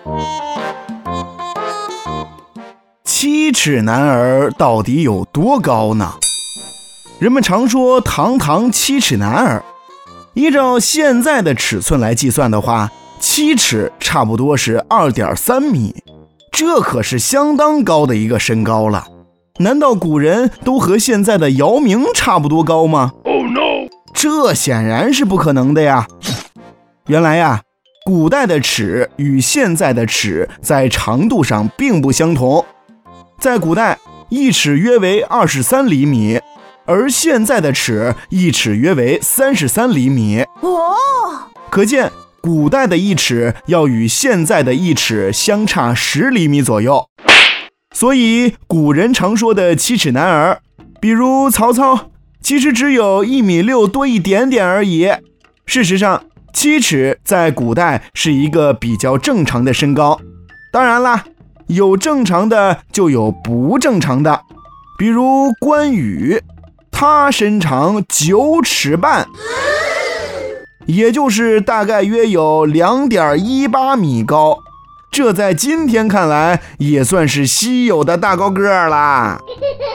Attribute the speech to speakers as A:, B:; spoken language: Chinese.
A: 7尺男儿到底有多高呢？人们常说堂堂7尺男儿，依照现在的尺寸来计算的话，7尺差不多是 2.3 米，这可是相当高的一个身高了。难道古人都和现在的姚明差不多高吗？
B: Oh no！
A: 这显然是不可能的呀。原来呀，古代的尺与现在的尺在长度上并不相同。在古代，1尺约为23厘米，而现在的尺1尺约为33厘米。可见古代的1尺要与现在的1尺相差10厘米左右。所以古人常说的7尺男儿，比如曹操，其实只有1.6米多一点点而已。事实上，7尺在古代是一个比较正常的身高。当然啦，有正常的就有不正常的，比如关羽，他身长9尺半，也就是大概约有 2.18 米高，这在今天看来也算是稀有的大高个儿啦。